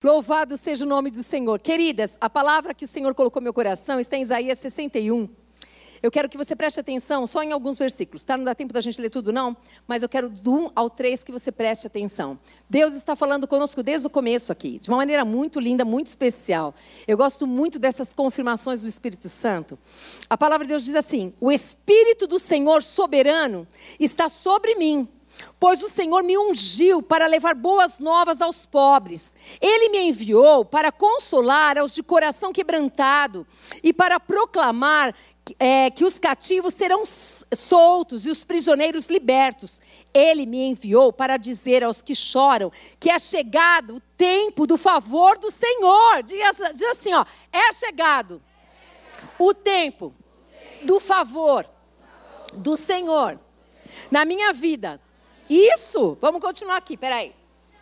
Louvado seja o nome do Senhor. Queridas, a palavra que o Senhor colocou no meu coração está em Isaías 61. Eu quero que você preste atenção só em alguns versículos, tá? Não dá tempo da gente ler tudo não, mas eu quero do 1 ao 3 que você preste atenção. Deus está falando conosco desde o começo aqui, de uma maneira muito linda, muito especial. Eu gosto muito dessas confirmações do Espírito Santo. A palavra de Deus diz assim: o Espírito do Senhor soberano está sobre mim, pois o Senhor me ungiu para levar boas novas aos pobres. Ele me enviou para consolar aos de coração quebrantado e para proclamar que os cativos serão soltos e os prisioneiros libertos. Ele me enviou para dizer aos que choram que é chegado o tempo do favor do Senhor. Diz assim, ó, é chegado o tempo do favor do Senhor na minha vida. Isso, vamos continuar aqui, peraí.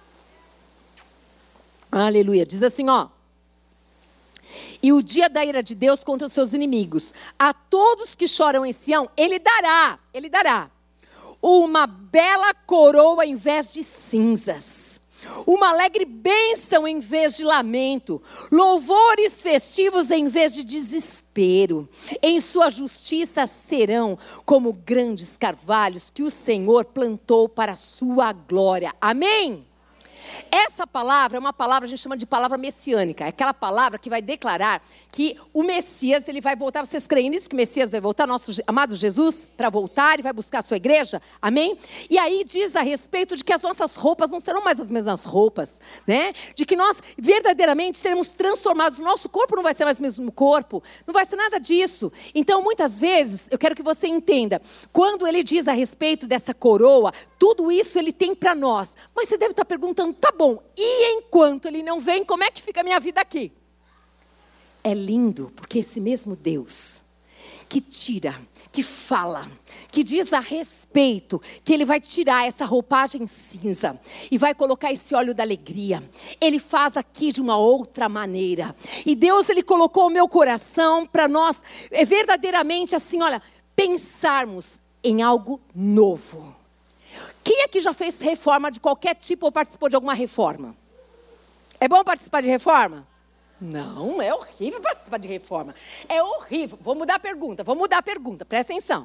Aleluia, diz assim, ó. E o dia da ira de Deus contra os seus inimigos. A todos que choram em Sião, Ele dará uma bela coroa em vez de cinzas. Uma alegre bênção em vez de lamento. Louvores festivos em vez de desespero. Em sua justiça serão como grandes carvalhos que o Senhor plantou para a sua glória. Amém? Essa palavra é uma palavra, a gente chama de palavra messiânica. É aquela palavra que vai declarar que o Messias, ele vai voltar. Vocês creem nisso, que o Messias vai voltar? Nosso amado Jesus, para voltar e vai buscar a sua igreja? Amém? E aí diz a respeito de que as nossas roupas não serão mais as mesmas roupas, né? De que nós verdadeiramente seremos transformados. O nosso corpo não vai ser mais o mesmo corpo. Não vai ser nada disso. Então, muitas vezes, eu quero que você entenda. Quando ele diz a respeito dessa coroa, tudo isso ele tem para nós. Mas você deve estar perguntando, tá bom, e enquanto ele não vem, como é que fica a minha vida aqui? É lindo, porque esse mesmo Deus, que tira, que fala, que diz a respeito, que Ele vai tirar essa roupagem cinza e vai colocar esse óleo da alegria. Ele faz aqui de uma outra maneira. E Deus, Ele colocou o meu coração para nós, verdadeiramente assim, olha, pensarmos em algo novo. Quem aqui já fez reforma de qualquer tipo ou participou de alguma reforma? É bom participar de reforma? Não, é horrível participar de reforma. É horrível. Vou mudar a pergunta, presta atenção.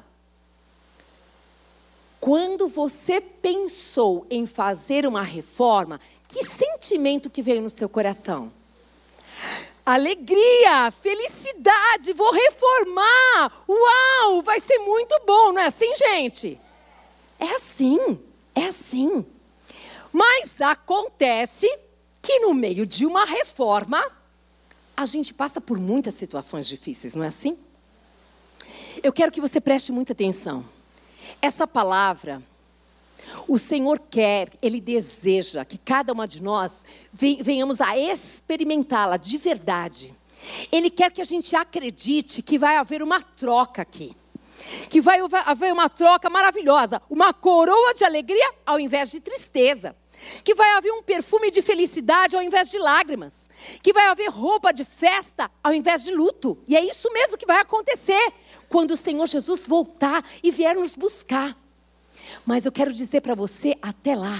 Quando você pensou em fazer uma reforma, que sentimento que veio no seu coração? Alegria, felicidade, vou reformar. Uau, vai ser muito bom, não é assim, gente? É assim. Mas acontece que no meio de uma reforma, a gente passa por muitas situações difíceis, não é assim? Eu quero que você preste muita atenção. Essa palavra, o Senhor quer, Ele deseja que cada uma de nós venhamos a experimentá-la de verdade. Ele quer que a gente acredite que vai haver uma troca aqui. Que vai haver uma troca maravilhosa, uma coroa de alegria ao invés de tristeza. Que vai haver um perfume de felicidade ao invés de lágrimas. Que vai haver roupa de festa ao invés de luto. E é isso mesmo que vai acontecer quando o Senhor Jesus voltar e vier nos buscar. Mas eu quero dizer para você, até lá,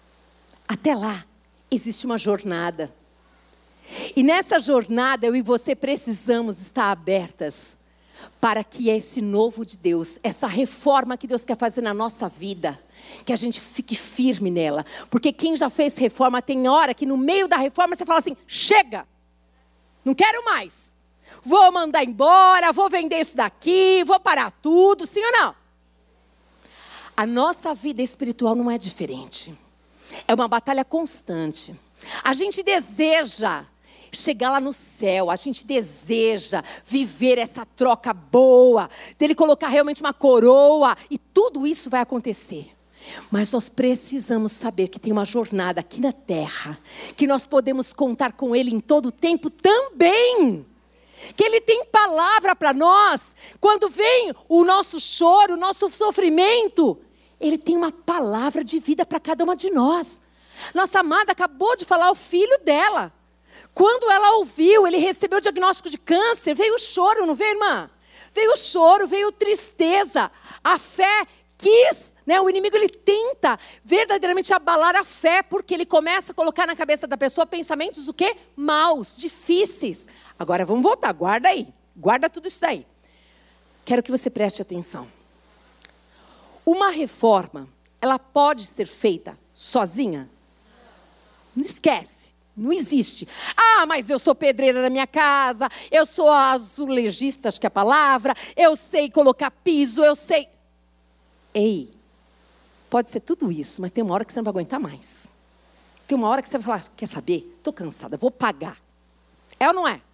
existe uma jornada. E nessa jornada eu e você precisamos estar abertas para que esse novo de Deus, essa reforma que Deus quer fazer na nossa vida, que a gente fique firme nela. Porque quem já fez reforma, tem hora que no meio da reforma você fala assim, chega, não quero mais. Vou mandar embora, vou vender isso daqui, vou parar tudo, sim ou não? A nossa vida espiritual não é diferente. É uma batalha constante. A gente deseja chegar lá no céu, a gente deseja viver essa troca boa, dele colocar realmente uma coroa, e tudo isso vai acontecer. Mas nós precisamos saber que tem uma jornada aqui na terra, que nós podemos contar com Ele em todo o tempo também. Que Ele tem palavra para nós, quando vem o nosso choro, o nosso sofrimento, Ele tem uma palavra de vida para cada uma de nós. Nossa amada acabou de falar o filho dela. Quando ela ouviu, ele recebeu o diagnóstico de câncer, veio o choro, não veio, irmã? Veio o choro, veio tristeza. A fé o inimigo ele tenta verdadeiramente abalar a fé, porque ele começa a colocar na cabeça da pessoa pensamentos o quê? Maus, difíceis. Agora vamos voltar, guarda aí, guarda tudo isso daí. Quero que você preste atenção. Uma reforma, ela pode ser feita sozinha? Não esquece, não existe. Ah, mas eu sou pedreira na minha casa, eu sou azulejista, acho que é a palavra, eu sei colocar piso, eu sei... Ei, pode ser tudo isso, mas tem uma hora que você não vai aguentar mais. Tem uma hora que você vai falar, quer saber? Estou cansada, vou pagar. É ou não é?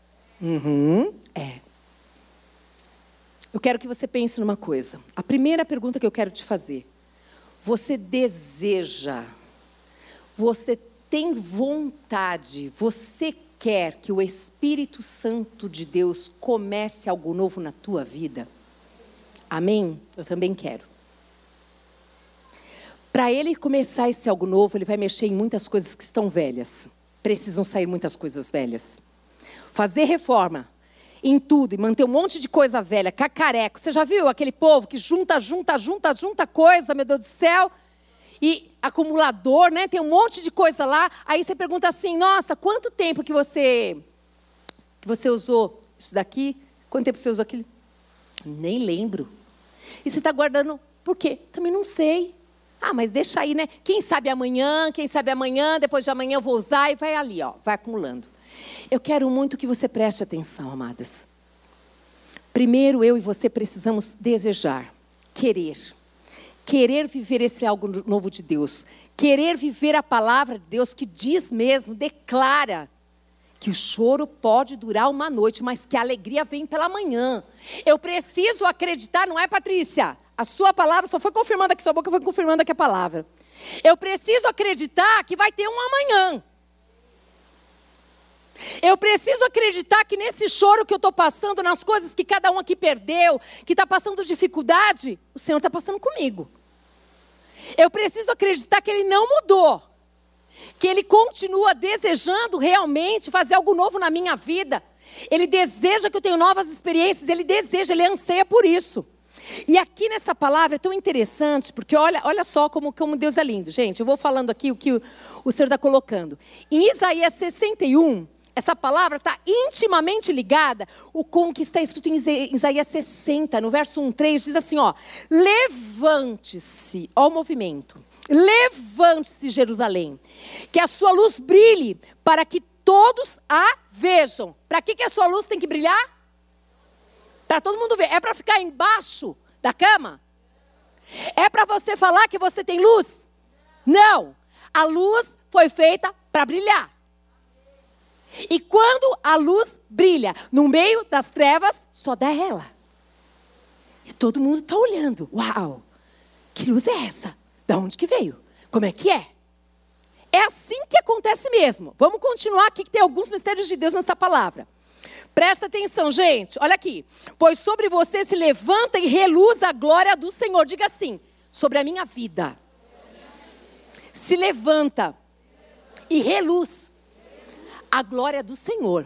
É. Eu quero que você pense numa coisa. A primeira pergunta que eu quero te fazer. Você deseja, você tem vontade, você quer que o Espírito Santo de Deus comece algo novo na tua vida? Amém? Eu também quero. Para ele começar esse algo novo, ele vai mexer em muitas coisas que estão velhas. Precisam sair muitas coisas velhas. Fazer reforma em tudo e manter um monte de coisa velha, cacareco. Você já viu aquele povo que junta coisa, meu Deus do céu? E acumulador, né? Tem um monte de coisa lá. Aí você pergunta assim, nossa, quanto tempo que você usou isso daqui? Quanto tempo você usou aquilo? Nem lembro. E você está guardando por quê? Também não sei. Ah, mas deixa aí, né? Quem sabe amanhã, depois de amanhã eu vou usar e vai ali, ó, vai acumulando. Eu quero muito que você preste atenção, amadas. Primeiro, eu e você precisamos desejar, querer viver esse algo novo de Deus, querer viver a palavra de Deus que diz mesmo, declara que o choro pode durar uma noite, mas que a alegria vem pela manhã. Eu preciso acreditar, não é, Patrícia? A sua palavra só foi confirmando aqui, sua boca foi confirmando aqui a palavra. Eu preciso acreditar que vai ter um amanhã. Eu preciso acreditar que nesse choro que eu estou passando, nas coisas que cada um aqui perdeu, que está passando dificuldade, o Senhor está passando comigo. Eu preciso acreditar que Ele não mudou. Que Ele continua desejando realmente fazer algo novo na minha vida. Ele deseja que eu tenha novas experiências, Ele anseia por isso. E aqui nessa palavra é tão interessante, porque olha só como Deus é lindo. Gente, eu vou falando aqui o que o Senhor está colocando. Em Isaías 61, essa palavra está intimamente ligada com o que está escrito em Isaías 60, no verso 1:3, diz assim, ó. Levante-se, ó o movimento. Levante-se, Jerusalém, que a sua luz brilhe, para que todos a vejam. Para que a sua luz tem que brilhar? Para todo mundo ver. É para ficar embaixo da cama? É para você falar que você tem luz? Não. A luz foi feita para brilhar. E quando a luz brilha no meio das trevas, só dá ela. E todo mundo está olhando. Uau, que luz é essa? Da onde que veio? Como é que é? É assim que acontece mesmo. Vamos continuar aqui que tem alguns mistérios de Deus nessa palavra. Presta atenção, gente. Olha aqui. Pois sobre você se levanta e reluz a glória do Senhor. Diga assim, sobre a minha vida. Se levanta e reluz a glória do Senhor.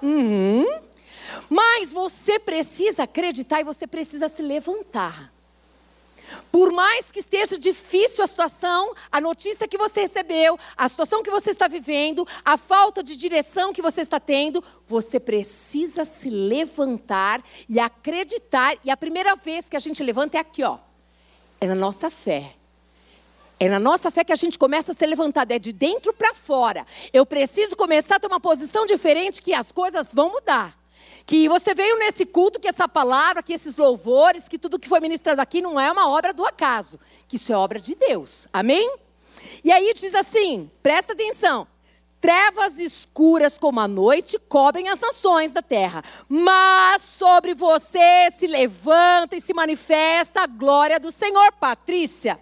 Mas você precisa acreditar e você precisa se levantar. Por mais que esteja difícil a situação, a notícia que você recebeu, a situação que você está vivendo, a falta de direção que você está tendo, você precisa se levantar e acreditar. E a primeira vez que a gente levanta é aqui, ó. É na nossa fé. É na nossa fé que a gente começa a ser levantado. É de dentro para fora. Eu preciso começar a ter uma posição diferente que as coisas vão mudar. Que você veio nesse culto, que essa palavra, que esses louvores, que tudo que foi ministrado aqui não é uma obra do acaso. Que isso é obra de Deus. Amém? E aí diz assim, presta atenção. Trevas escuras como a noite cobrem as nações da terra. Mas sobre você se levanta e se manifesta a glória do Senhor. Patrícia.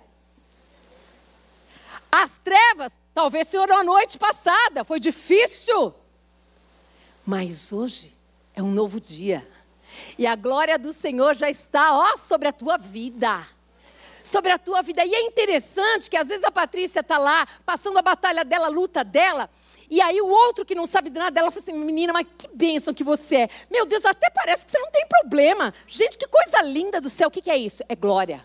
As trevas, talvez foram a noite passada, foi difícil. Mas hoje é um novo dia. E a glória do Senhor já está, ó, sobre a tua vida. Sobre a tua vida. E é interessante que às vezes a Patrícia está lá, passando a batalha dela, a luta dela. E aí o outro que não sabe nada dela fala assim, menina, mas que bênção que você é. Meu Deus, até parece que você não tem problema. Gente, que coisa linda do céu. O que é isso? É glória.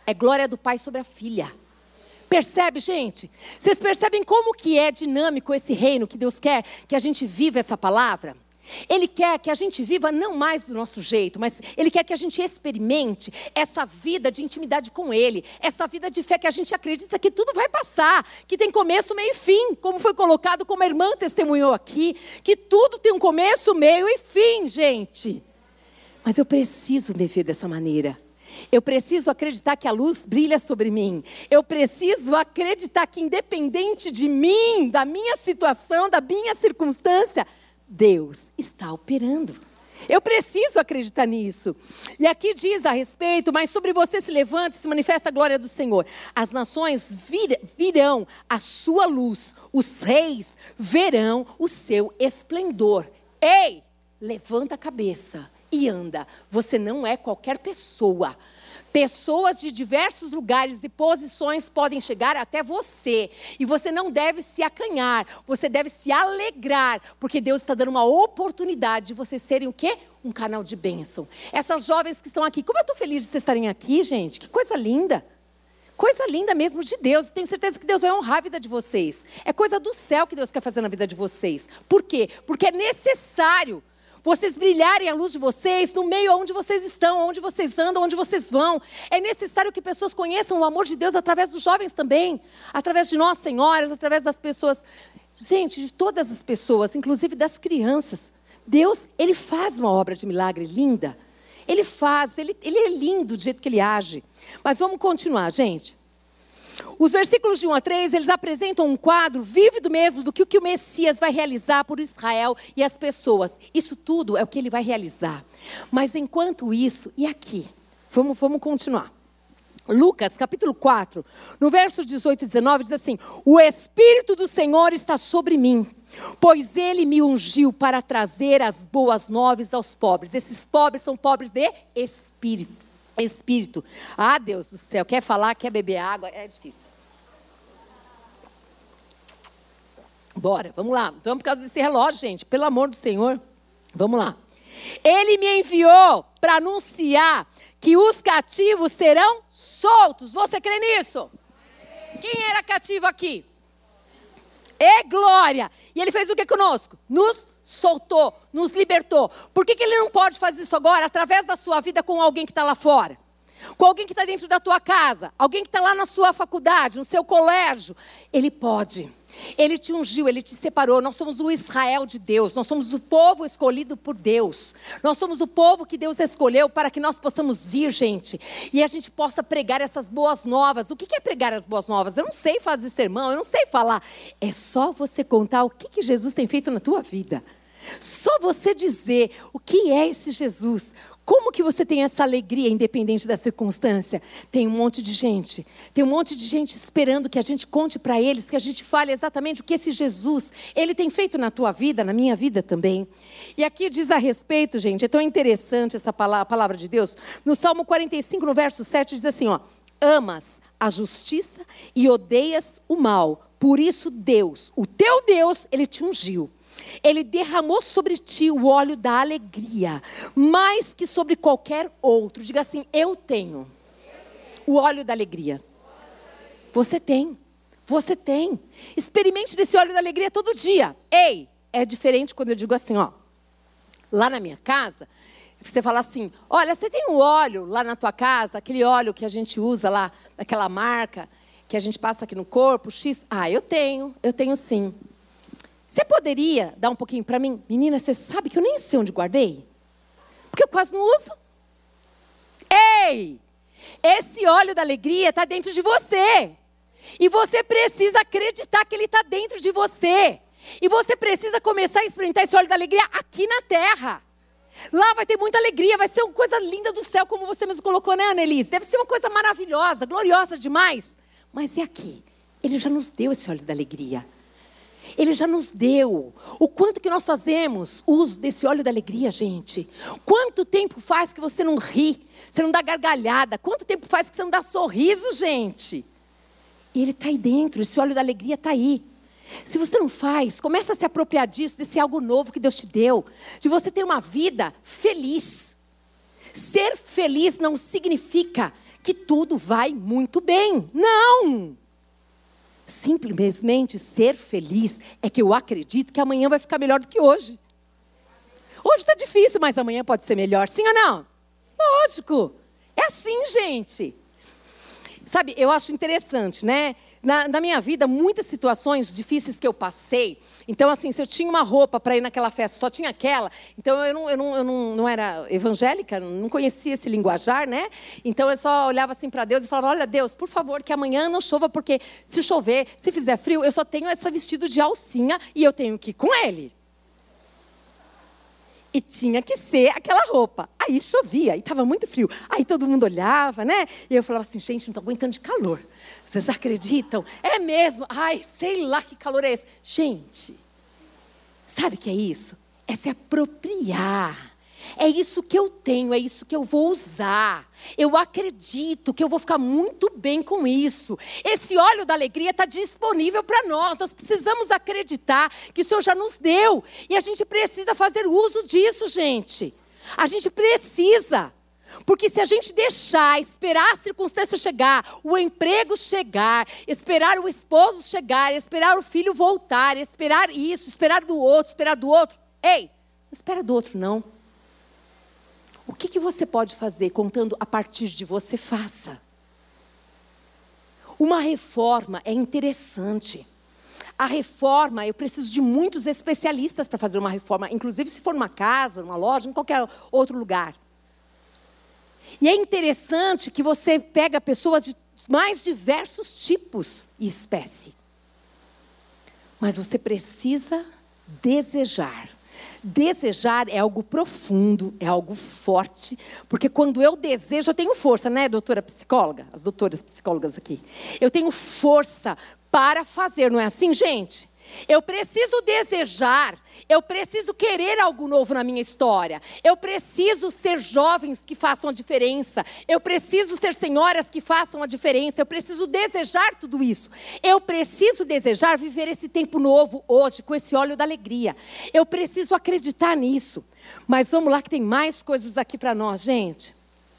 É glória do Pai sobre a filha. Percebe, gente? Vocês percebem como que é dinâmico esse reino que Deus quer que a gente viva essa palavra? Ele quer que a gente viva não mais do nosso jeito, mas Ele quer que a gente experimente essa vida de intimidade com Ele. Essa vida de fé que a gente acredita que tudo vai passar, que tem começo, meio e fim. Como foi colocado, como a irmã testemunhou aqui, que tudo tem um começo, meio e fim, gente. Mas eu preciso viver dessa maneira. Eu preciso acreditar que a luz brilha sobre mim. Eu preciso acreditar que independente de mim, da minha situação, da minha circunstância, Deus está operando. Eu preciso acreditar nisso. E aqui diz a respeito, mas sobre você se levanta e se manifesta a glória do Senhor. As nações virão a sua luz. Os reis verão o seu esplendor. Ei, levanta a cabeça e anda. Você não é qualquer pessoa. Pessoas de diversos lugares e posições podem chegar até você. E você não deve se acanhar. Você deve se alegrar. Porque Deus está dando uma oportunidade de vocês serem o quê? Um canal de bênção. Essas jovens que estão aqui. Como eu estou feliz de vocês estarem aqui, gente. Que coisa linda. Coisa linda mesmo de Deus. Eu tenho certeza que Deus vai honrar a vida de vocês. É coisa do céu que Deus quer fazer na vida de vocês. Por quê? Porque é necessário vocês brilharem a luz de vocês no meio onde vocês estão, onde vocês andam, onde vocês vão. É necessário que pessoas conheçam o amor de Deus através dos jovens também. Através de nós, senhoras, através das pessoas. Gente, de todas as pessoas, inclusive das crianças. Deus, Ele faz uma obra de milagre linda. Ele faz, Ele é lindo do jeito que Ele age. Mas vamos continuar, gente. Os versículos de 1 a 3, eles apresentam um quadro vívido mesmo do que o Messias vai realizar por Israel e as pessoas. Isso tudo é o que ele vai realizar. Mas enquanto isso, e aqui? Vamos continuar. Lucas, capítulo 4, no verso 18 e 19, diz assim: o Espírito do Senhor está sobre mim, pois Ele me ungiu para trazer as boas novas aos pobres. Esses pobres são pobres de espírito. Ah, Deus do céu, quer falar, quer beber água, é difícil. Bora, vamos lá. Vamos por causa desse relógio, gente, pelo amor do Senhor. Vamos lá. Ele me enviou para anunciar que os cativos serão soltos. Você crê nisso? Quem era cativo aqui? É glória. E ele fez o que conosco? Nos soltou, nos libertou. Por que ele não pode fazer isso agora através da sua vida com alguém que está lá fora? Com alguém que está dentro da tua casa? Alguém que está lá na sua faculdade, no seu colégio? Ele pode. Ele te ungiu, Ele te separou. Nós somos o Israel de Deus. Nós somos o povo escolhido por Deus. Nós somos o povo que Deus escolheu para que nós possamos ir, gente. E a gente possa pregar essas boas novas. O que é pregar as boas novas? Eu não sei fazer sermão, eu não sei falar. É só você contar o que Jesus tem feito na tua vida. Só você dizer o que é esse Jesus. Como que você tem essa alegria independente da circunstância? Tem um monte de gente esperando que a gente conte para eles, que a gente fale exatamente o que esse Jesus, Ele tem feito na tua vida, na minha vida também. E aqui diz a respeito, gente, é tão interessante essa palavra de Deus. No Salmo 45, no verso 7, diz assim, ó: amas a justiça e odeias o mal. Por isso Deus, o teu Deus, Ele te ungiu. Ele derramou sobre ti o óleo da alegria, mais que sobre qualquer outro. Diga assim: eu tenho o óleo da alegria. Você tem. Você tem. Experimente desse óleo da alegria todo dia. Ei, é diferente quando eu digo assim, ó. Lá na minha casa, você fala assim: olha, você tem um óleo lá na tua casa, aquele óleo que a gente usa lá, daquela marca, que a gente passa aqui no corpo, X. Ah, eu tenho sim. Você poderia dar um pouquinho para mim? Menina, você sabe que eu nem sei onde guardei? Porque eu quase não uso. Ei! Esse óleo da alegria está dentro de você. E você precisa acreditar que ele está dentro de você. E você precisa começar a experimentar esse óleo da alegria aqui na terra. Lá vai ter muita alegria, vai ser uma coisa linda do céu, como você mesmo colocou, né, Annelise? Deve ser uma coisa maravilhosa, gloriosa demais. Mas e aqui? Ele já nos deu esse óleo da alegria. Ele já nos deu. O quanto que nós fazemos uso desse óleo da alegria, gente? Quanto tempo faz que você não ri? Você não dá gargalhada? Quanto tempo faz que você não dá sorriso, gente? E ele está aí dentro, esse óleo da alegria está aí. Se você não faz, começa a se apropriar disso, desse algo novo que Deus te deu. De você ter uma vida feliz. Ser feliz não significa que tudo vai muito bem. Não! Simplesmente ser feliz é que eu acredito que amanhã vai ficar melhor do que hoje. Hoje está difícil, mas amanhã pode ser melhor. Sim ou não? Lógico. É assim, gente. Sabe, eu acho interessante, né? Na minha vida, muitas situações difíceis que eu passei. Então, assim, se eu tinha uma roupa para ir naquela festa, só tinha aquela. Então, eu não era evangélica, não conhecia esse linguajar, né? Então, eu só olhava assim para Deus e falava, olha, Deus, por favor, que amanhã não chova, porque se chover, se fizer frio, eu só tenho esse vestido de alcinha e eu tenho que ir com ele. E tinha que ser aquela roupa. Aí chovia, e estava muito frio. Aí todo mundo olhava, né? E eu falava assim, gente, não estou aguentando de calor. Vocês acreditam? É mesmo? Ai, sei lá que calor é esse. Gente, sabe o que é isso? É se apropriar. É isso que eu tenho, é isso que eu vou usar. Eu acredito que eu vou ficar muito bem com isso. Esse óleo da alegria está disponível para nós. Nós precisamos acreditar que o Senhor já nos deu. E a gente precisa fazer uso disso, gente. A gente precisa. Porque se a gente deixar, esperar a circunstância chegar, o emprego chegar, esperar o esposo chegar, esperar o filho voltar, esperar isso, esperar do outro. Ei, não espera do outro não. O que você pode fazer contando a partir de você? Faça. Uma reforma é interessante. A reforma, eu preciso de muitos especialistas para fazer uma reforma. Inclusive se for numa casa, numa loja, em qualquer outro lugar. E é interessante que você pega pessoas de mais diversos tipos e espécie. Mas você precisa desejar. Desejar é algo profundo, é algo forte, porque quando eu desejo, eu tenho força, né, doutora psicóloga? As doutoras psicólogas aqui. Eu tenho força para fazer, não é assim, gente? Eu preciso desejar, eu preciso querer algo novo na minha história. Eu preciso ser jovens que façam a diferença. Eu preciso ser senhoras que façam a diferença. Eu preciso desejar tudo isso. Eu preciso desejar viver esse tempo novo hoje, com esse óleo da alegria. Eu preciso acreditar nisso. Mas vamos lá que tem mais coisas aqui para nós, gente.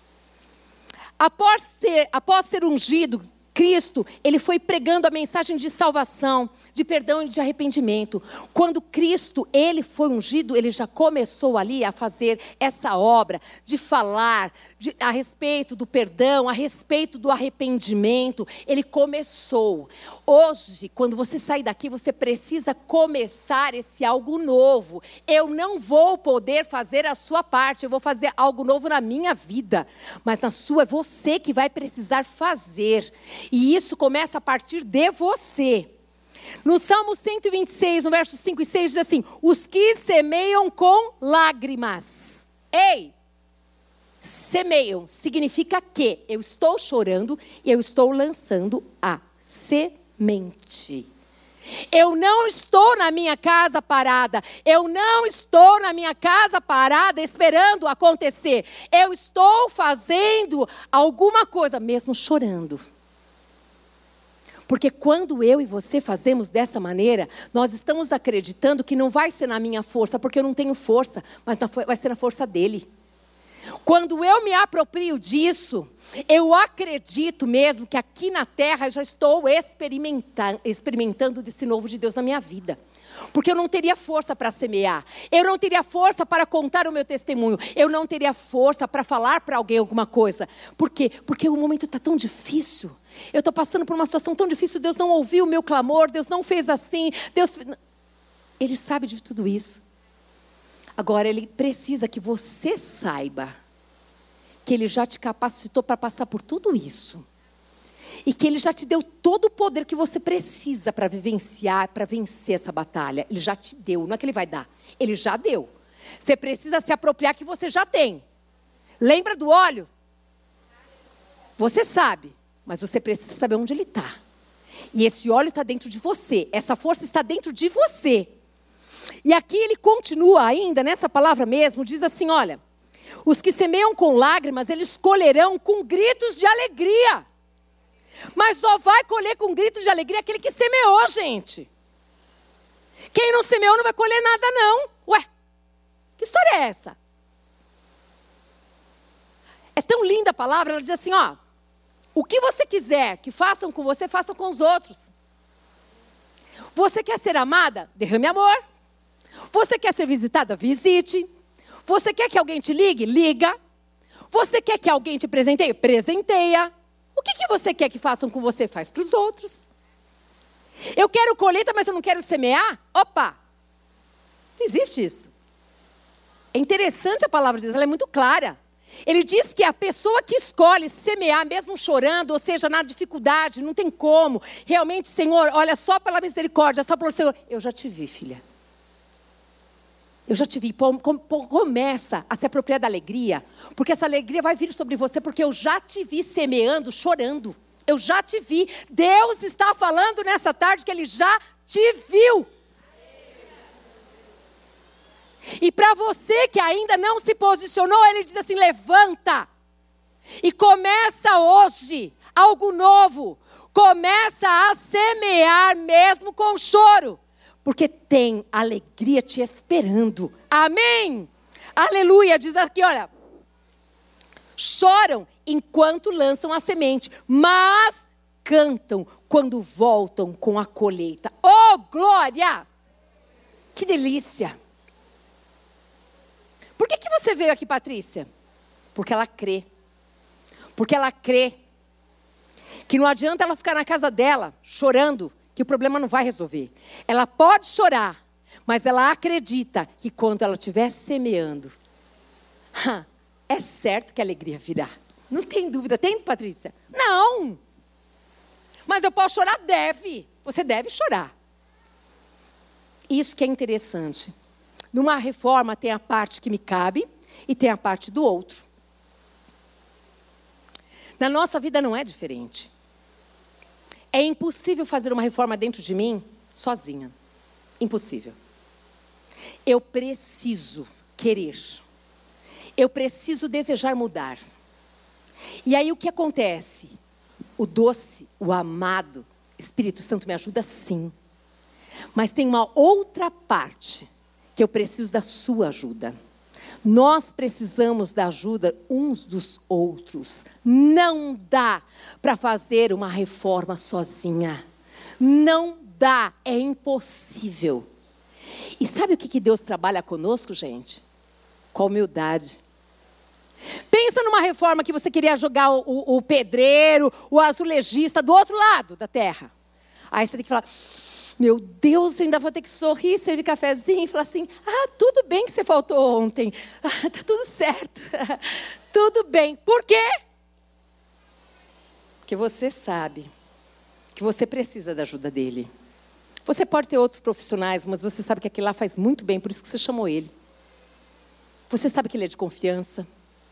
Após ser ungido, Cristo, ele foi pregando a mensagem de salvação, de perdão e de arrependimento. Quando Cristo, ele foi ungido, ele já começou ali a fazer essa obra de falar a respeito do perdão, a respeito do arrependimento. Ele começou. Hoje, quando você sair daqui, você precisa começar esse algo novo. Eu não vou poder fazer a sua parte, eu vou fazer algo novo na minha vida. Mas na sua, é você que vai precisar fazer. E isso começa a partir de você. No Salmo 126, no verso 5 e 6, diz assim: os que semeiam com lágrimas. Ei, semeiam significa que eu estou chorando e eu estou lançando a semente. Eu não estou na minha casa parada. Eu não estou na minha casa parada esperando acontecer. Eu estou fazendo alguma coisa, mesmo chorando. Porque quando eu e você fazemos dessa maneira, nós estamos acreditando que não vai ser na minha força, porque eu não tenho força, mas vai ser na força dele. Quando eu me aproprio disso, eu acredito mesmo que aqui na terra eu já estou experimentando desse novo de Deus na minha vida. Porque eu não teria força para semear. Eu não teria força para contar o meu testemunho. Eu não teria força para falar para alguém alguma coisa. Por quê? Porque o momento está tão difícil. Eu estou passando por uma situação tão difícil. Deus não ouviu o meu clamor. Deus não fez assim. Ele sabe de tudo isso. Agora, Ele precisa que você saiba que Ele já te capacitou para passar por tudo isso. E que Ele já te deu todo o poder que você precisa para vivenciar, para vencer essa batalha. Ele já te deu, não é que Ele vai dar. Ele já deu. Você precisa se apropriar que você já tem. Lembra do óleo? Você sabe, mas você precisa saber onde ele está. E esse óleo está dentro de você. Essa força está dentro de você. E aqui ele continua ainda, nessa palavra mesmo, diz assim, olha: os que semeiam com lágrimas, eles colherão com gritos de alegria. Mas só vai colher com gritos de alegria aquele que semeou, gente. Quem não semeou não vai colher nada, não. Ué, que história é essa? É tão linda a palavra, ela diz assim, ó: O que você quiser que façam com você, façam com os outros. Você quer ser amada? Derrame amor. Você quer ser visitada? Visite. Você quer que alguém te ligue? Liga. Você quer que alguém te presenteie? Presenteia. O que você quer que façam com você? Faz para os outros. Eu quero colheita, mas eu não quero semear? Opa! Não existe isso. É interessante a palavra de Deus, ela é muito clara. Ele diz que a pessoa que escolhe semear, mesmo chorando, ou seja, na dificuldade, não tem como. Realmente, Senhor, olha, só pela misericórdia, só pelo Senhor. Eu já te vi, filha. Eu já te vi. Começa a se apropriar da alegria, porque essa alegria vai vir sobre você, porque eu já te vi semeando, chorando. Eu já te vi. Deus está falando nessa tarde que Ele já te viu. E para você que ainda não se posicionou, Ele diz assim, levanta. E começa hoje algo novo. Começa a semear mesmo com choro. Porque tem alegria te esperando. Amém? Aleluia. Diz aqui, olha. Choram enquanto lançam a semente, mas cantam quando voltam com a colheita. Oh, glória! Que delícia! Por que você veio aqui, Patrícia? Porque ela crê. Porque ela crê que não adianta ela ficar na casa dela chorando, que o problema não vai resolver. Ela pode chorar, mas ela acredita que quando ela estiver semeando, é certo que a alegria virá. Não tem dúvida. Tem, Patrícia? Não. Mas eu posso chorar? Deve. Você deve chorar. Isso que é interessante. Numa reforma tem a parte que me cabe e tem a parte do outro. Na nossa vida não é diferente. É impossível fazer uma reforma dentro de mim sozinha. Impossível. Eu preciso querer. Eu preciso desejar mudar. E aí o que acontece? O doce, o amado Espírito Santo me ajuda sim. Mas tem uma outra parte que eu preciso da sua ajuda. Nós precisamos da ajuda uns dos outros. Não dá para fazer uma reforma sozinha. Não dá, é impossível. E sabe o que Deus trabalha conosco, gente? Com a humildade. Pensa numa reforma que você queria jogar o pedreiro, o azulejista do outro lado da terra. Aí você tem que falar, meu Deus, ainda vou ter que sorrir, servir cafezinho e falar assim, tudo bem que você faltou ontem. Tá tudo certo. Tudo bem. Por quê? Porque você sabe que você precisa da ajuda dele. Você pode ter outros profissionais, mas você sabe que aquele lá faz muito bem, por isso que você chamou ele. Você sabe que ele é de confiança.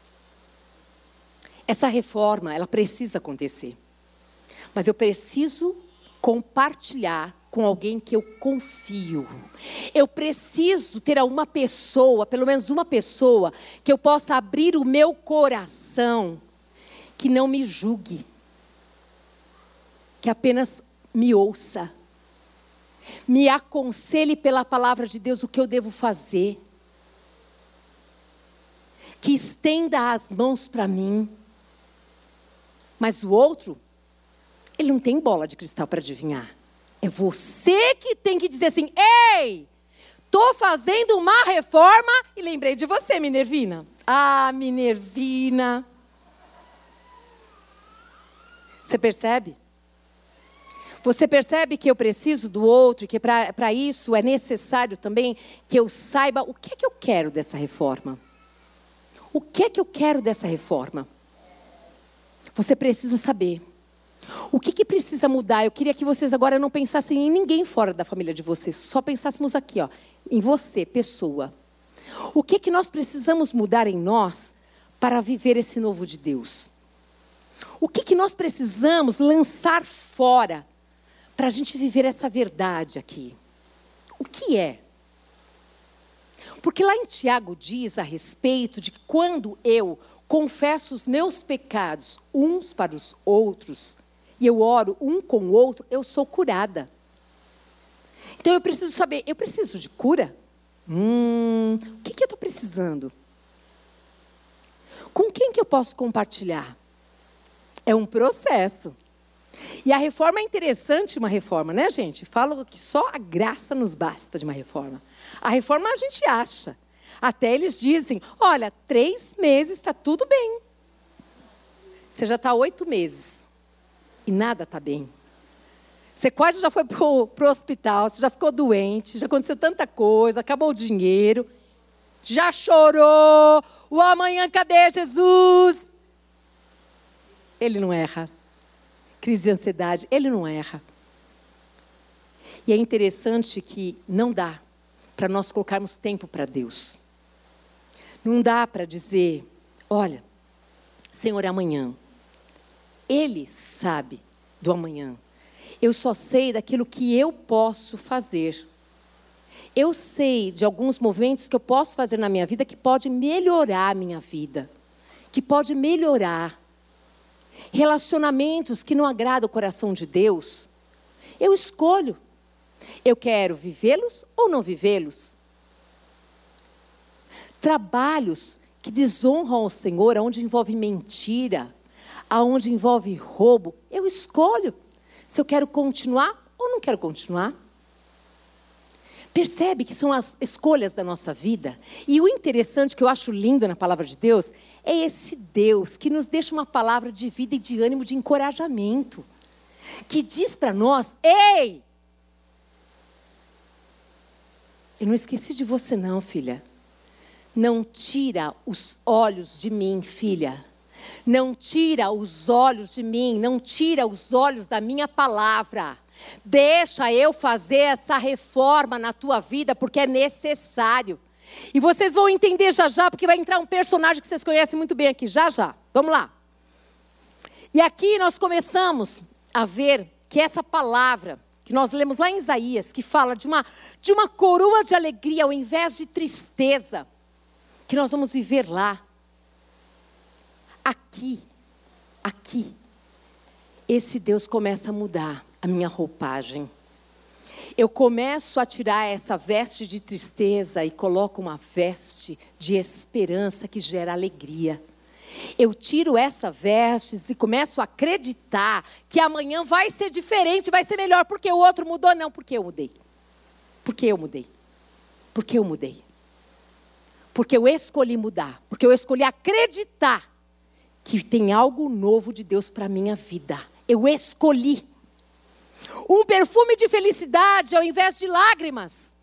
Essa reforma, ela precisa acontecer. Mas eu preciso compartilhar com alguém que eu confio. Eu preciso ter uma pessoa, pelo menos uma pessoa, que eu possa abrir o meu coração, que não me julgue, que apenas me ouça, me aconselhe pela palavra de Deus o que eu devo fazer, que estenda as mãos para mim. Mas o outro, ele não tem bola de cristal para adivinhar. É você que tem que dizer assim, ei, estou fazendo uma reforma e lembrei de você, Minervina. Minervina. Você percebe? Você percebe que eu preciso do outro e que para isso é necessário também que eu saiba o que é que eu quero dessa reforma. O que é que eu quero dessa reforma? Você precisa saber. O que precisa mudar? Eu queria que vocês agora não pensassem em ninguém fora da família de vocês. Só pensássemos aqui, em você, pessoa. O que nós precisamos mudar em nós para viver esse novo de Deus? O que nós precisamos lançar fora para a gente viver essa verdade aqui? O que é? Porque lá em Tiago diz a respeito de que quando eu confesso os meus pecados uns para os outros, e eu oro um com o outro, eu sou curada. Então eu preciso saber, eu preciso de cura? O que eu estou precisando? Com quem que eu posso compartilhar? É um processo. E a reforma é interessante, uma reforma, né, gente? Falam que só a graça nos basta de uma reforma. A reforma a gente acha. Até eles dizem, olha, 3 meses está tudo bem. Você já está 8 meses e nada está bem. Você quase já foi para o hospital, você já ficou doente, já aconteceu tanta coisa, acabou o dinheiro, já chorou, o amanhã cadê Jesus? Ele não erra. Crise de ansiedade, ele não erra. E é interessante que não dá para nós colocarmos tempo para Deus. Não dá para dizer, olha, Senhor, é amanhã. Ele sabe do amanhã. Eu só sei daquilo que eu posso fazer. Eu sei de alguns movimentos que eu posso fazer na minha vida que pode melhorar a minha vida. Que pode melhorar. Relacionamentos que não agradam o coração de Deus. Eu escolho. Eu quero vivê-los ou não vivê-los. Trabalhos que desonram ao Senhor, onde envolve mentira, aonde envolve roubo, eu escolho se eu quero continuar ou não quero continuar. Percebe que são as escolhas da nossa vida? E o interessante que eu acho lindo na palavra de Deus é esse Deus que nos deixa uma palavra de vida e de ânimo, de encorajamento, que diz para nós, ei, eu não esqueci de você não, filha. Não tira os olhos de mim, filha. Não tira os olhos de mim, não tira os olhos da minha palavra. Deixa eu fazer essa reforma na tua vida, porque é necessário. E vocês vão entender já já, porque vai entrar um personagem que vocês conhecem muito bem aqui, já já. Vamos lá. E aqui nós começamos a ver que essa palavra, que nós lemos lá em Isaías, que fala de uma coroa de alegria ao invés de tristeza, que nós vamos viver lá. Aqui, esse Deus começa a mudar a minha roupagem. Eu começo a tirar essa veste de tristeza e coloco uma veste de esperança que gera alegria. Eu tiro essa veste e começo a acreditar que amanhã vai ser diferente, vai ser melhor, porque o outro mudou. Não, porque eu mudei. Porque eu mudei. Porque eu mudei. Porque eu escolhi mudar. Porque eu escolhi acreditar que tem algo novo de Deus para a minha vida. Eu escolhi. Um perfume de felicidade ao invés de lágrimas.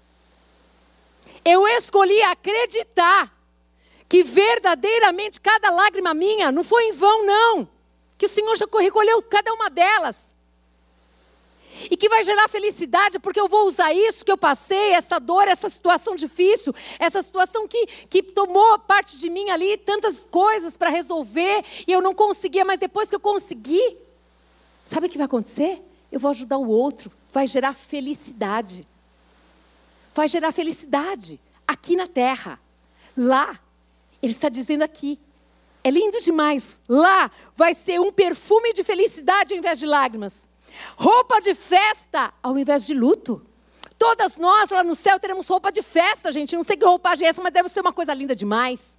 Eu escolhi acreditar que verdadeiramente cada lágrima minha não foi em vão, não. Que o Senhor já recolheu cada uma delas. E que vai gerar felicidade, porque eu vou usar isso que eu passei, essa dor, essa situação difícil, essa situação que tomou parte de mim ali, tantas coisas para resolver, e eu não conseguia, mas depois que eu consegui, sabe o que vai acontecer? Eu vou ajudar o outro, vai gerar felicidade. Vai gerar felicidade aqui na terra. Lá, ele está dizendo aqui, é lindo demais, lá vai ser um perfume de felicidade ao invés de lágrimas. Roupa de festa ao invés de luto. Todas nós lá no céu teremos roupa de festa, gente. Não sei que roupagem é essa, mas deve ser uma coisa linda demais.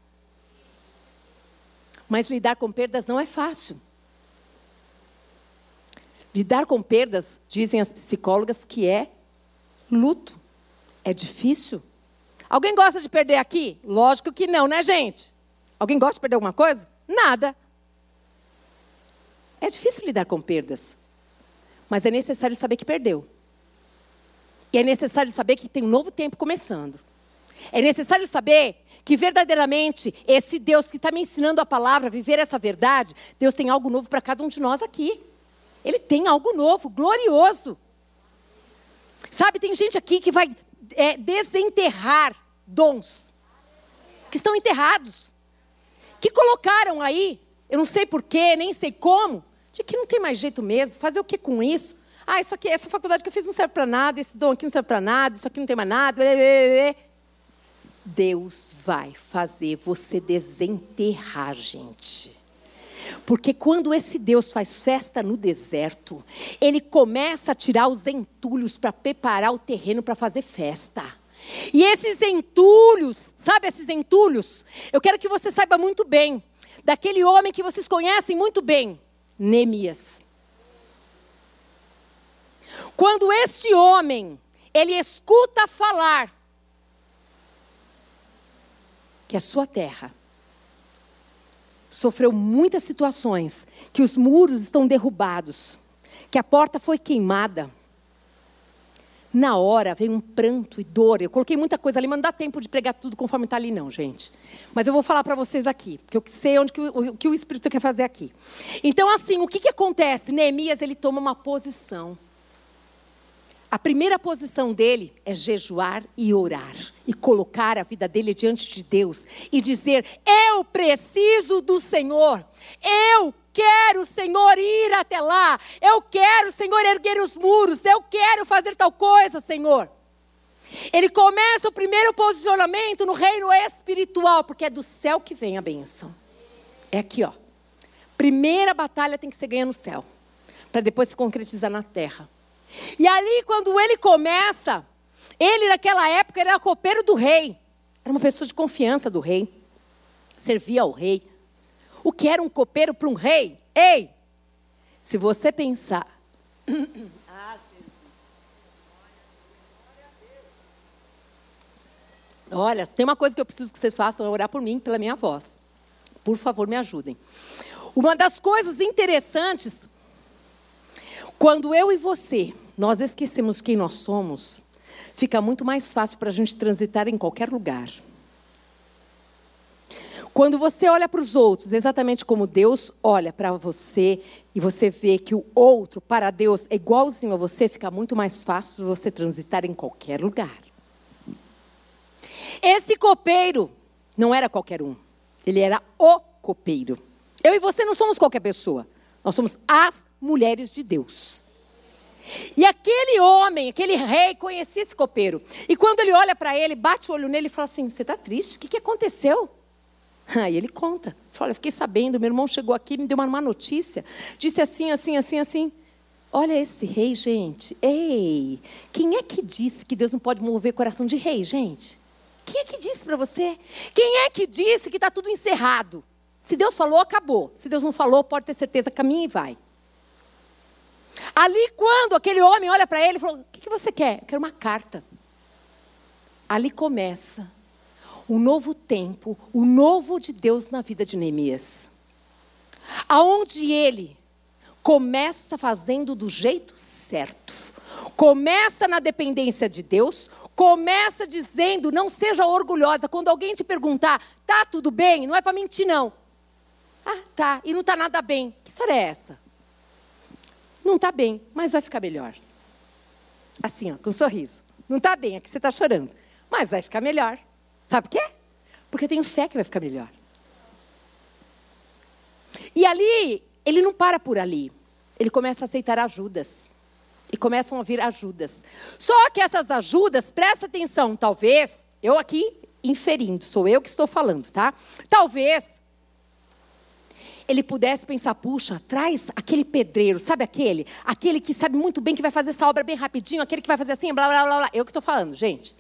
Mas lidar com perdas não é fácil. Lidar com perdas, dizem as psicólogas, que é luto. É difícil. Alguém gosta de perder aqui? Lógico que não, né, gente? Alguém gosta de perder alguma coisa? Nada. É difícil lidar com perdas. Mas é necessário saber que perdeu. E é necessário saber que tem um novo tempo começando. É necessário saber que verdadeiramente esse Deus que está me ensinando a palavra, viver essa verdade, Deus tem algo novo para cada um de nós aqui. Ele tem algo novo, glorioso. Sabe, tem gente aqui que vai desenterrar dons que estão enterrados. Que colocaram aí, eu não sei porquê, nem sei como, de que não tem mais jeito mesmo, fazer o que com isso? Ah, isso aqui, essa faculdade que eu fiz não serve para nada, esse dom aqui não serve para nada, isso aqui não tem mais nada. Deus vai fazer você desenterrar, gente. Porque quando esse Deus faz festa no deserto, Ele começa a tirar os entulhos para preparar o terreno para fazer festa. E esses entulhos, sabe esses entulhos? Eu quero que você saiba muito bem, daquele homem que vocês conhecem muito bem, Neemias. Quando este homem, ele escuta falar que a sua terra sofreu muitas situações, que os muros estão derrubados, que a porta foi queimada. Na hora veio um pranto e dor. Eu coloquei muita coisa ali, mas não dá tempo de pregar tudo conforme está ali não, gente. Mas eu vou falar para vocês aqui, porque eu sei o que o Espírito quer fazer aqui. Então assim, o que acontece? Neemias, ele toma uma posição. A primeira posição dele é jejuar e orar. E colocar a vida dele diante de Deus. E dizer, eu preciso do Senhor. Eu quero, Senhor, ir até lá. Eu quero, Senhor, erguer os muros. Eu quero fazer tal coisa, Senhor. Ele começa o primeiro posicionamento no reino espiritual. Porque é do céu que vem a bênção. É aqui, ó. Primeira batalha tem que ser ganha no céu. Para depois se concretizar na terra. E ali, quando ele começa, ele naquela época era copeiro do rei. Era uma pessoa de confiança do rei. Servia ao rei. O que era um copeiro para um rei? Ei, se você pensar... Ah, Jesus. Olha, se tem uma coisa que eu preciso que vocês façam é orar por mim, pela minha voz. Por favor, me ajudem. Uma das coisas interessantes... Quando eu e você, nós esquecemos quem nós somos, fica muito mais fácil para a gente transitar em qualquer lugar. Quando você olha para os outros, exatamente como Deus olha para você, e você vê que o outro, para Deus, é igualzinho a você, fica muito mais fácil você transitar em qualquer lugar. Esse copeiro não era qualquer um, ele era o copeiro. Eu e você não somos qualquer pessoa. Nós somos as mulheres de Deus. E aquele homem, aquele rei, conhecia esse copeiro. E quando ele olha para ele, bate o olho nele e fala assim, você está triste? O que aconteceu? Aí ele conta. Fala, eu fiquei sabendo, meu irmão chegou aqui, me deu uma má notícia. Disse assim, assim, assim, assim. Olha esse rei, gente. Ei, quem é que disse que Deus não pode mover coração de rei, gente? Quem é que disse para você? Quem é que disse que está tudo encerrado? Se Deus falou, acabou. Se Deus não falou, pode ter certeza, caminha e vai. Ali quando aquele homem olha para ele e falou, o que você quer? Eu quero uma carta. Ali começa um novo tempo, o novo de Deus na vida de Neemias. Aonde ele começa fazendo do jeito certo. Começa na dependência de Deus. Começa dizendo, não seja orgulhosa. Quando alguém te perguntar, tá tudo bem? Não é para mentir não. Ah, tá, e não está nada bem. Que história é essa? Não está bem, mas vai ficar melhor. Assim, ó, com um sorriso. Não está bem, aqui você está chorando. Mas vai ficar melhor. Sabe por quê? Porque eu tenho fé que vai ficar melhor. E ali, ele não para por ali. Ele começa a aceitar ajudas. E começam a vir ajudas. Só que essas ajudas, presta atenção, talvez, eu aqui inferindo, sou eu que estou falando, tá? Talvez ele pudesse pensar, puxa, traz aquele pedreiro, sabe aquele? Aquele que sabe muito bem que vai fazer essa obra bem rapidinho, aquele que vai fazer assim, blá, blá, blá, blá. Eu que estou falando, gente.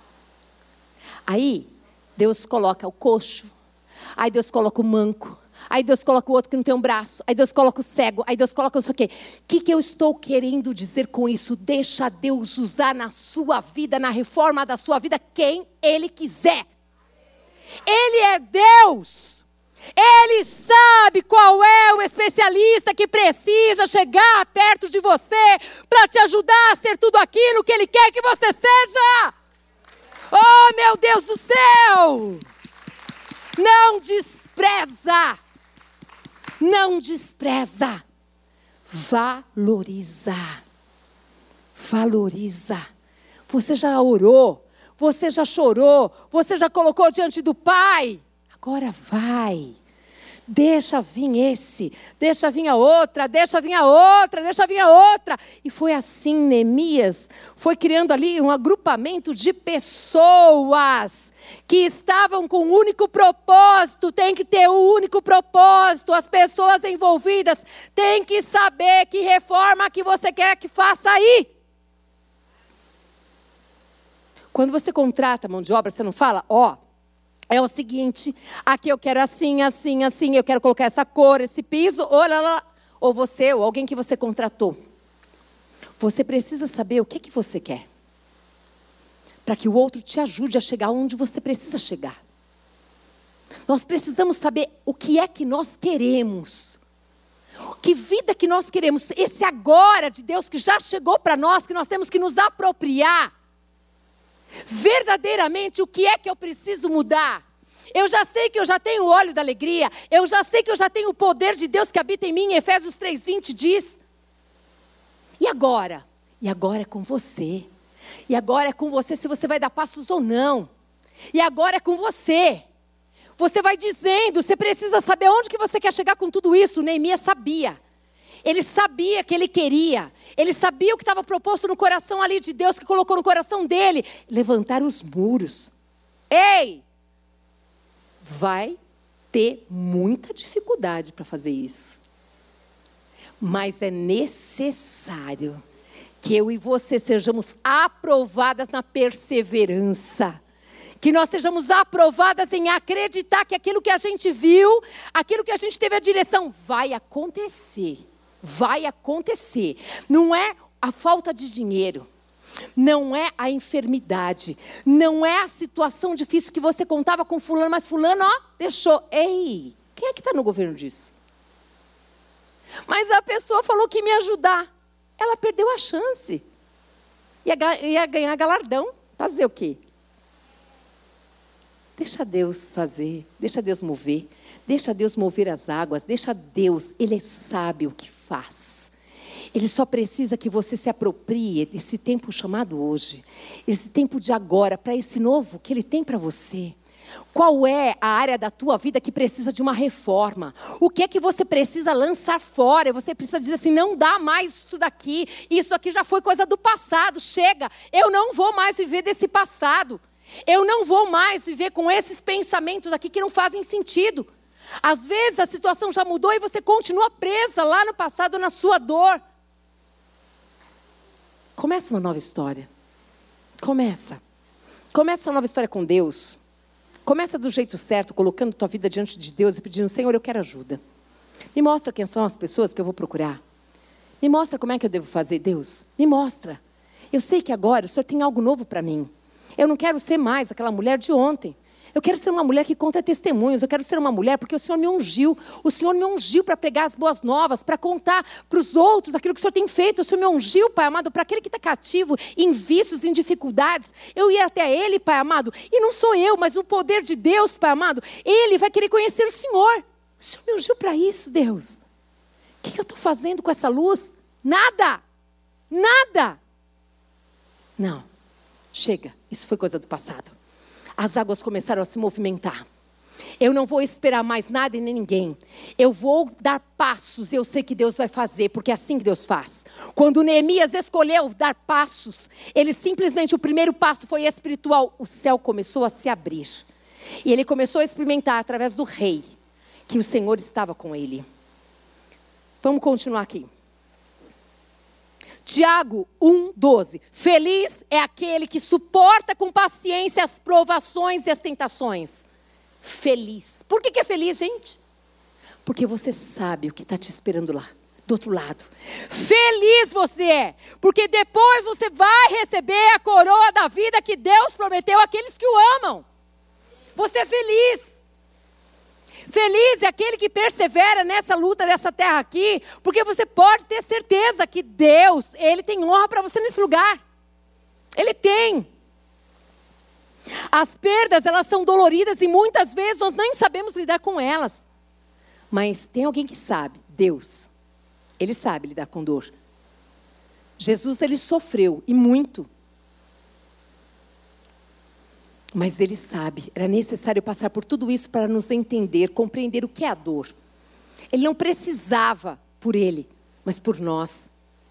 Aí, Deus coloca o coxo. Aí Deus coloca o manco. Aí Deus coloca o outro que não tem um braço. Aí Deus coloca o cego. Aí Deus coloca não sei o quê. O que eu estou querendo dizer com isso? Deixa Deus usar na sua vida, na reforma da sua vida, quem Ele quiser. Ele é Deus. Ele sabe qual é o especialista que precisa chegar perto de você para te ajudar a ser tudo aquilo que Ele quer que você seja. Oh, meu Deus do céu! Não despreza. Não despreza. Valoriza. Valoriza. Você já orou. Você já chorou. Você já colocou diante do Pai. Agora vai. Deixa vir esse. Deixa vir a outra. Deixa vir a outra. Deixa vir a outra. E foi assim, Neemias foi criando ali um agrupamento de pessoas que estavam com um único propósito. Tem que ter um único propósito. As pessoas envolvidas têm que saber que reforma que você quer que faça aí. Quando você contrata mão de obra, você não fala, ó, é o seguinte, aqui eu quero assim, assim, assim, eu quero colocar essa cor, esse piso, olha lá. ou você, ou alguém que você contratou, você precisa saber o que é que você quer, para que o outro te ajude a chegar onde você precisa chegar. Nós precisamos saber o que é que nós queremos. Que vida que nós queremos. Esse agora de Deus que já chegou para nós, que nós temos que nos apropriar. Verdadeiramente, o que é que eu preciso mudar? Eu já sei que eu já tenho o óleo da alegria. Eu já sei que eu já tenho o poder de Deus que habita em mim. Em Efésios 3:20 diz. E agora? E agora é com você. E agora é com você se você vai dar passos ou não. E agora é com você. Você vai dizendo, você precisa saber onde que você quer chegar com tudo isso. Neemias sabia. Ele sabia que ele queria. Ele sabia o que estava proposto no coração ali de Deus, que colocou no coração dele. Levantar os muros. Ei! Vai ter muita dificuldade para fazer isso. Mas é necessário que eu e você sejamos aprovadas na perseverança. Que nós sejamos aprovadas em acreditar que aquilo que a gente viu, aquilo que a gente teve a direção, vai acontecer. Vai acontecer. Não é a falta de dinheiro. Não é a enfermidade. Não é a situação difícil que você contava com fulano, mas fulano, deixou. Ei, quem é que está no governo disso? Mas a pessoa falou que ia me ajudar. Ela perdeu a chance. Ia ganhar galardão. Fazer o quê? Deixa Deus fazer, deixa Deus mover, deixa Deus mover as águas, deixa Deus, Ele sabe o que faz. Ele só precisa que você se aproprie desse tempo chamado hoje, esse tempo de agora, para esse novo que Ele tem para você. Qual é a área da tua vida que precisa de uma reforma? O que é que você precisa lançar fora? Você precisa dizer assim, não dá mais isso aqui já foi coisa do passado, chega, eu não vou mais viver desse passado. Eu não vou mais viver com esses pensamentos aqui que não fazem sentido. Às vezes a situação já mudou e você continua presa lá no passado na sua dor. Começa uma nova história. Começa uma nova história com Deus. Começa do jeito certo, colocando tua vida diante de Deus e pedindo, Senhor, eu quero ajuda. Me mostra quem são as pessoas que eu vou procurar. Me mostra como é que eu devo fazer, Deus. Me mostra. Eu sei que agora o Senhor tem algo novo para mim. Eu não quero ser mais aquela mulher de ontem. Eu quero ser uma mulher que conta testemunhos. Eu quero ser uma mulher porque o Senhor me ungiu. O Senhor me ungiu para pregar as boas novas, para contar para os outros aquilo que o Senhor tem feito. O Senhor me ungiu, Pai amado, para aquele que está cativo, em vícios, em dificuldades. Eu ia até Ele, Pai amado. E não sou eu, mas o poder de Deus, Pai amado. Ele vai querer conhecer o Senhor. O Senhor me ungiu para isso, Deus. O que eu estou fazendo com essa luz? Nada. Nada. Não. Chega, isso foi coisa do passado. As águas começaram a se movimentar. Eu não vou esperar mais nada e nem ninguém. Eu vou dar passos, eu sei que Deus vai fazer, porque é assim que Deus faz. Quando Neemias escolheu dar passos, ele simplesmente, o primeiro passo foi espiritual. O céu começou a se abrir. E ele começou a experimentar através do rei, que o Senhor estava com ele. Vamos continuar aqui. Tiago 1:12. Feliz é aquele que suporta com paciência as provações e as tentações. Feliz. Por que é feliz, gente? Porque você sabe o que está te esperando lá, do outro lado. Feliz você é, porque depois você vai receber a coroa da vida que Deus prometeu àqueles que o amam. Você é feliz. Feliz é aquele que persevera nessa luta dessa terra aqui, porque você pode ter certeza que Deus, Ele tem honra para você nesse lugar. Ele tem. As perdas, elas são doloridas e muitas vezes nós nem sabemos lidar com elas. Mas tem alguém que sabe, Deus. Ele sabe lidar com dor. Jesus, Ele sofreu e muito. Mas Ele sabe, era necessário passar por tudo isso para nos entender, compreender o que é a dor. Ele não precisava por Ele, mas por nós.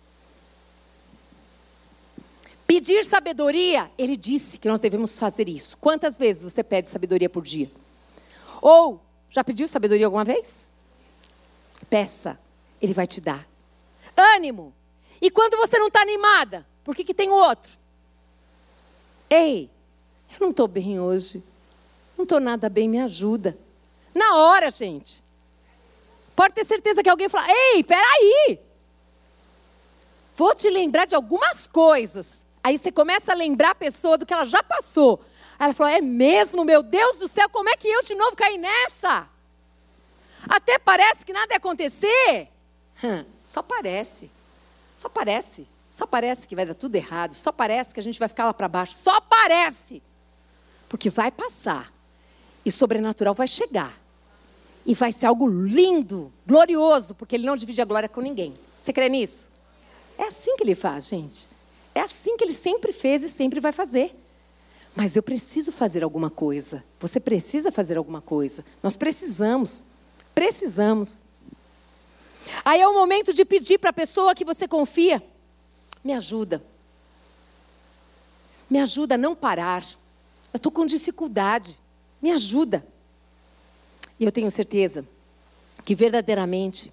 Pedir sabedoria, Ele disse que nós devemos fazer isso. Quantas vezes você pede sabedoria por dia? Ou, já pediu sabedoria alguma vez? Peça, Ele vai te dar. Ânimo. E quando você não está animada, por que tem o outro? Ei, eu não estou bem hoje. Não estou nada bem, me ajuda. Na hora, gente. Pode ter certeza que alguém fala, ei, peraí. Vou te lembrar de algumas coisas. Aí você começa a lembrar a pessoa do que ela já passou. Aí ela fala, é mesmo, meu Deus do céu, como é que eu de novo caí nessa? Até parece que nada ia acontecer. Só parece. Só parece. Só parece que vai dar tudo errado. Só parece que a gente vai ficar lá para baixo. Só parece. Porque vai passar. E o sobrenatural vai chegar. E vai ser algo lindo, glorioso, porque ele não divide a glória com ninguém. Você crê nisso? É assim que ele faz, gente. É assim que ele sempre fez e sempre vai fazer. Mas eu preciso fazer alguma coisa. Você precisa fazer alguma coisa. Nós precisamos. Precisamos. Aí é o momento de pedir para a pessoa que você confia. Me ajuda. Me ajuda a não parar. Eu estou com dificuldade. Me ajuda. E eu tenho certeza que verdadeiramente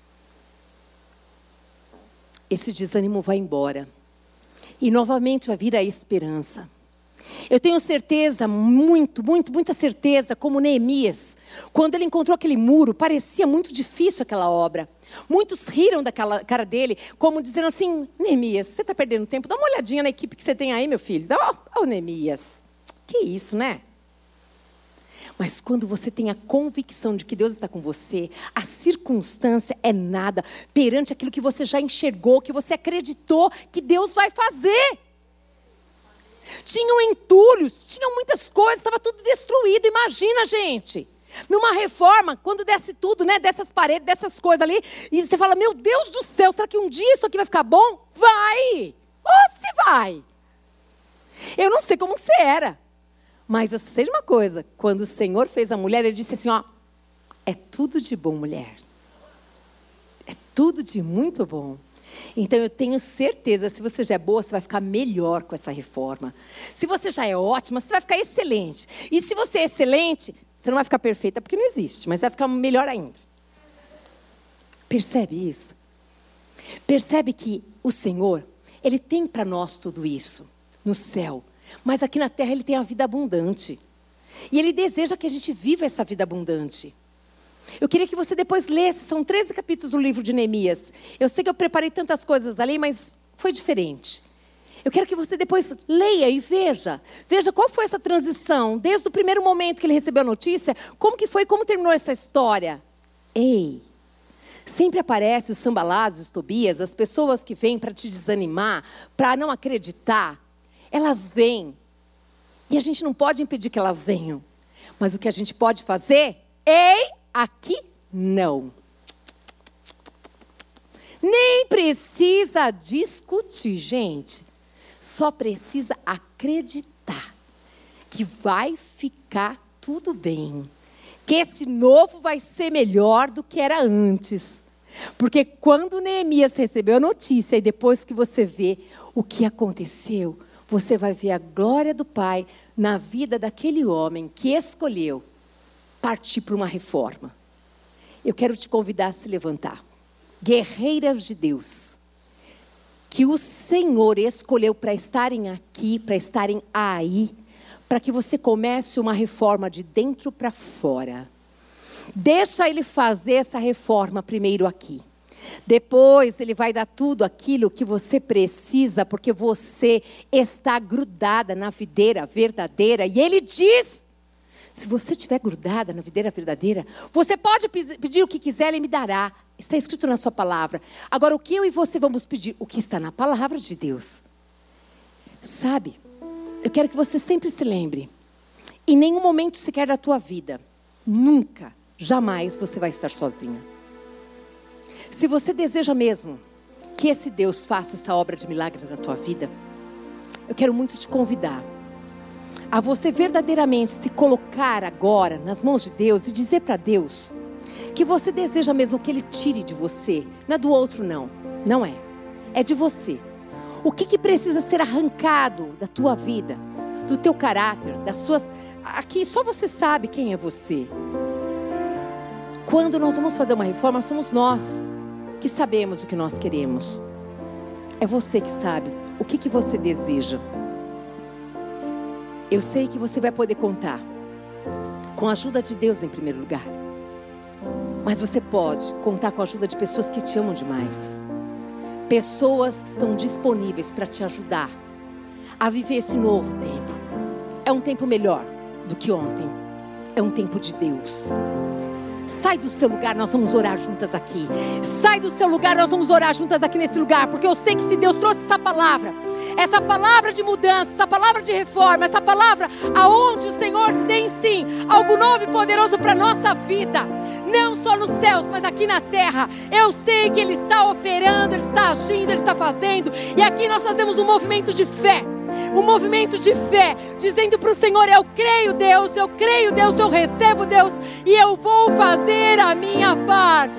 esse desânimo vai embora. E novamente vai vir a esperança. Eu tenho certeza, muita certeza, como Neemias, quando ele encontrou aquele muro, parecia muito difícil aquela obra. Muitos riram daquela cara dele, como dizendo assim, Neemias, você está perdendo tempo, dá uma olhadinha na equipe que você tem aí, meu filho. Neemias, que isso, né? Mas quando você tem a convicção de que Deus está com você, a circunstância é nada perante aquilo que você já enxergou, que você acreditou que Deus vai fazer. Tinham entulhos, tinham muitas coisas, estava tudo destruído. Imagina, gente, numa reforma, quando desce tudo, né, dessas paredes, dessas coisas ali, e você fala, meu Deus do céu, será que um dia isso aqui vai ficar bom? Vai! Ou se vai! Eu não sei como você era, mas eu sei de uma coisa, quando o Senhor fez a mulher, Ele disse assim, ó, é tudo de bom, mulher. É tudo de muito bom. Então eu tenho certeza, se você já é boa, você vai ficar melhor com essa reforma. Se você já é ótima, você vai ficar excelente. E se você é excelente, você não vai ficar perfeita, porque não existe, mas vai ficar melhor ainda. Percebe isso? Percebe que o Senhor, Ele tem para nós tudo isso no céu. Mas aqui na terra Ele tem a vida abundante. E Ele deseja que a gente viva essa vida abundante. Eu queria que você depois lesse, são 13 capítulos no livro de Neemias. Eu sei que eu preparei tantas coisas ali, mas foi diferente. Eu quero que você depois leia e veja. Veja qual foi essa transição, desde o primeiro momento que ele recebeu a notícia, como que foi, como terminou essa história. Ei, sempre aparece os Sambalás, os Tobias, as pessoas que vêm para te desanimar, para não acreditar. Elas vêm. E a gente não pode impedir que elas venham. Mas o que a gente pode fazer, aqui não. Nem precisa discutir, gente. Só precisa acreditar que vai ficar tudo bem. Que esse novo vai ser melhor do que era antes. Porque quando Neemias recebeu a notícia e depois que você vê o que aconteceu, você vai ver a glória do Pai na vida daquele homem que escolheu partir para uma reforma. Eu quero te convidar a se levantar. Guerreiras de Deus, que o Senhor escolheu para estarem aqui, para estarem aí, para que você comece uma reforma de dentro para fora. Deixa Ele fazer essa reforma primeiro aqui. Depois Ele vai dar tudo aquilo que você precisa, porque você está grudada na videira verdadeira. E Ele diz, se você estiver grudada na videira verdadeira, você pode pedir o que quiser, Ele me dará. Está escrito na sua palavra. Agora, o que eu e você vamos pedir? O que está na palavra de Deus. Sabe, eu quero que você sempre se lembre, em nenhum momento sequer da tua vida, nunca, jamais você vai estar sozinha. Se você deseja mesmo que esse Deus faça essa obra de milagre na tua vida, eu quero muito te convidar a você verdadeiramente se colocar agora nas mãos de Deus e dizer para Deus que você deseja mesmo que Ele tire de você. Não é do outro, não. Não é. É de você. O que precisa ser arrancado da tua vida, do teu caráter, das suas... Aqui só você sabe quem é você. Quando nós vamos fazer uma reforma, somos nós que sabemos o que nós queremos. É você que sabe o que você deseja. Eu sei que você vai poder contar com a ajuda de Deus em primeiro lugar. Mas você pode contar com a ajuda de pessoas que te amam demais. Pessoas que estão disponíveis para te ajudar a viver esse novo tempo. É um tempo melhor do que ontem. É um tempo de Deus. Sai do seu lugar, nós vamos orar juntas aqui. Sai do seu lugar, nós vamos orar juntas aqui nesse lugar. Porque eu sei que se Deus trouxe essa palavra de mudança, essa palavra de reforma, essa palavra aonde o Senhor tem sim algo novo e poderoso para a nossa vida, não só nos céus, mas aqui na terra. Eu sei que Ele está operando, Ele está agindo, Ele está fazendo. E aqui nós fazemos um movimento de fé. Um movimento de fé, dizendo para o Senhor: eu creio Deus, eu recebo Deus, e eu vou fazer a minha parte.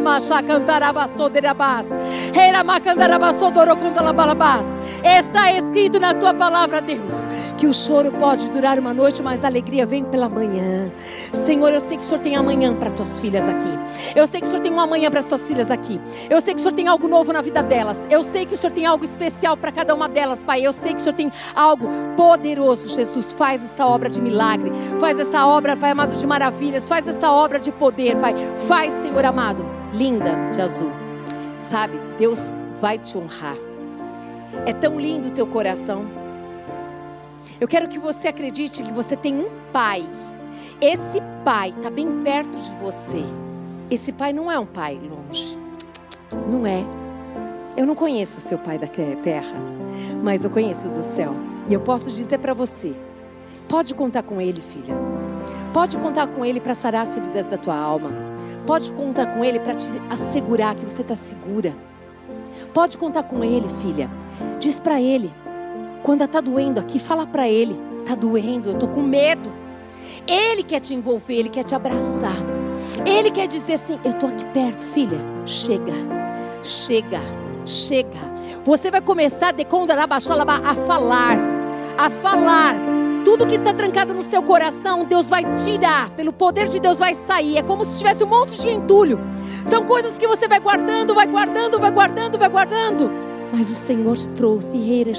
Está escrito na tua palavra, Deus, que o choro pode durar uma noite, mas a alegria vem pela manhã. Senhor, eu sei que o Senhor tem amanhã para tuas filhas aqui. Eu sei que o Senhor tem um amanhã para as tuas filhas aqui. Eu sei que o Senhor tem algo novo na vida delas. Eu sei que o Senhor tem algo especial para cada uma delas, Pai. Eu sei que o Senhor tem algo poderoso. Jesus, faz essa obra de milagre. Faz essa obra, Pai amado, de maravilhas. Faz essa obra de poder, Pai. Faz, Senhor amado. Linda de azul. Sabe, Deus vai te honrar. É tão lindo o teu coração. Eu quero que você acredite que você tem um pai. Esse pai está bem perto de você. Esse pai não é um pai longe. Não é. Eu não conheço o seu pai da terra, mas eu conheço o do céu. E eu posso dizer para você: pode contar com ele, filha. Pode contar com ele para sarar as feridas da tua alma. Pode contar com ele para te assegurar que você está segura. Pode contar com ele, filha. Diz para ele, quando está doendo aqui, fala para ele: está doendo, eu estou com medo. Ele quer te envolver, ele quer te abraçar. Ele quer dizer assim: eu estou aqui perto, filha. Chega, chega, chega. Você vai começar a falar. Tudo que está trancado no seu coração, Deus vai tirar. Pelo poder de Deus vai sair. É como se tivesse um monte de entulho. São coisas que você vai guardando, vai guardando, vai guardando, vai guardando. Mas o Senhor te trouxe.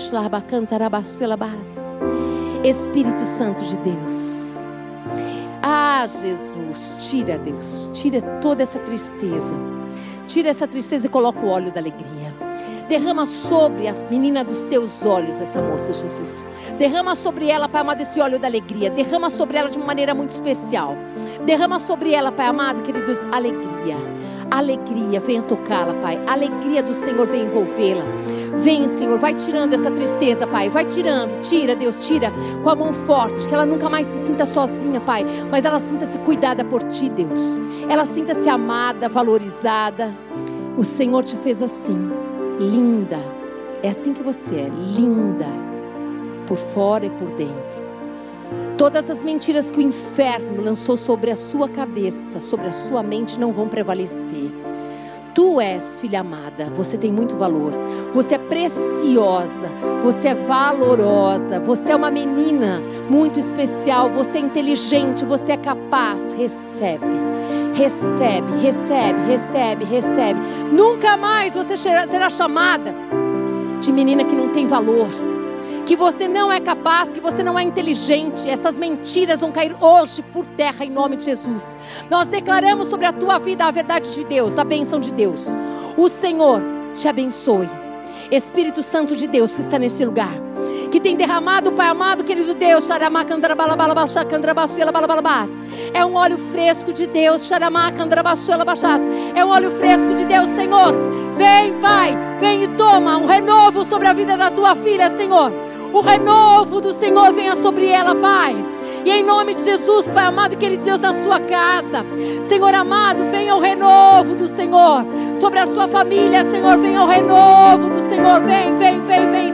Espírito Santo de Deus. Ah, Jesus, tira, Deus, tira toda essa tristeza. Tira essa tristeza e coloca o óleo da alegria. Derrama sobre a menina dos teus olhos essa moça, Jesus. Derrama sobre ela, Pai amado, esse óleo da alegria. Derrama sobre ela de uma maneira muito especial. Derrama sobre ela, Pai amado, queridos, alegria. Alegria, venha tocá-la, Pai. A alegria do Senhor vem envolvê-la. Vem, Senhor, vai tirando essa tristeza, Pai. Vai tirando, tira, Deus, tira com a mão forte. Que ela nunca mais se sinta sozinha, Pai. Mas ela sinta-se cuidada por Ti, Deus. Ela sinta-se amada, valorizada. O Senhor te fez assim, linda. É assim que você é, linda. Por fora e por dentro. Todas as mentiras que o inferno lançou sobre a sua cabeça, sobre a sua mente, não vão prevalecer. Tu és filha amada, você tem muito valor. Você é preciosa, você é valorosa. Você é uma menina muito especial. Você é inteligente, você é capaz. Recebe, recebe, recebe, recebe, recebe. Nunca mais você será chamada de menina que não tem valor, que você não é capaz, que você não é inteligente. Essas mentiras vão cair hoje por terra em nome de Jesus. Nós declaramos sobre a tua vida a verdade de Deus, a bênção de Deus. O Senhor te abençoe. Espírito Santo de Deus que está nesse lugar, que tem derramado, Pai amado, querido Deus, é um óleo fresco de Deus, é um óleo fresco de Deus, Senhor. Vem, Pai, vem e toma um renovo sobre a vida da tua filha, Senhor. O renovo do Senhor venha sobre ela, Pai. E em nome de Jesus, Pai amado e querido Deus, na sua casa, Senhor amado, venha o renovo do Senhor sobre a sua família, Senhor, venha o renovo do Senhor. Vem, vem, vem, vem,